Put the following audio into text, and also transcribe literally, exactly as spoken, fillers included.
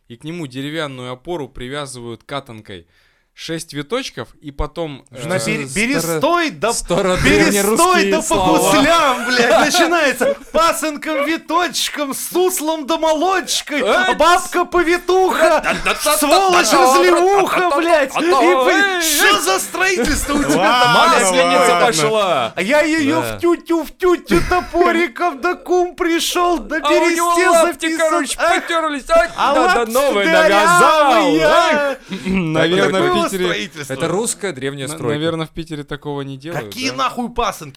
и к нему деревянную опору привязывают катанкой. Шесть виточков, и потом... На э, пере- Перестой да Стародревнерусские перестой да по слова. гуслям, блядь, начинается пасынком, виточком, с суслом да молочкой, бабка-повитуха, сволочь-разливуха, блядь. И, блядь, что за строительство у тебя там, блядь? Масленица какое-то? пошла! А я ее Да. в тютю, в тютю топориком, да кум пришел, да А у него бересте лапти, короче, записать. потерлись. Ай, А да, да, лапти новый дырявые. навязал. Наверное, Такое в вот Питере... строительство. Это русская древняя на- стройка. Наверное, в Питере такого не делают. Какие да? нахуй пасынки?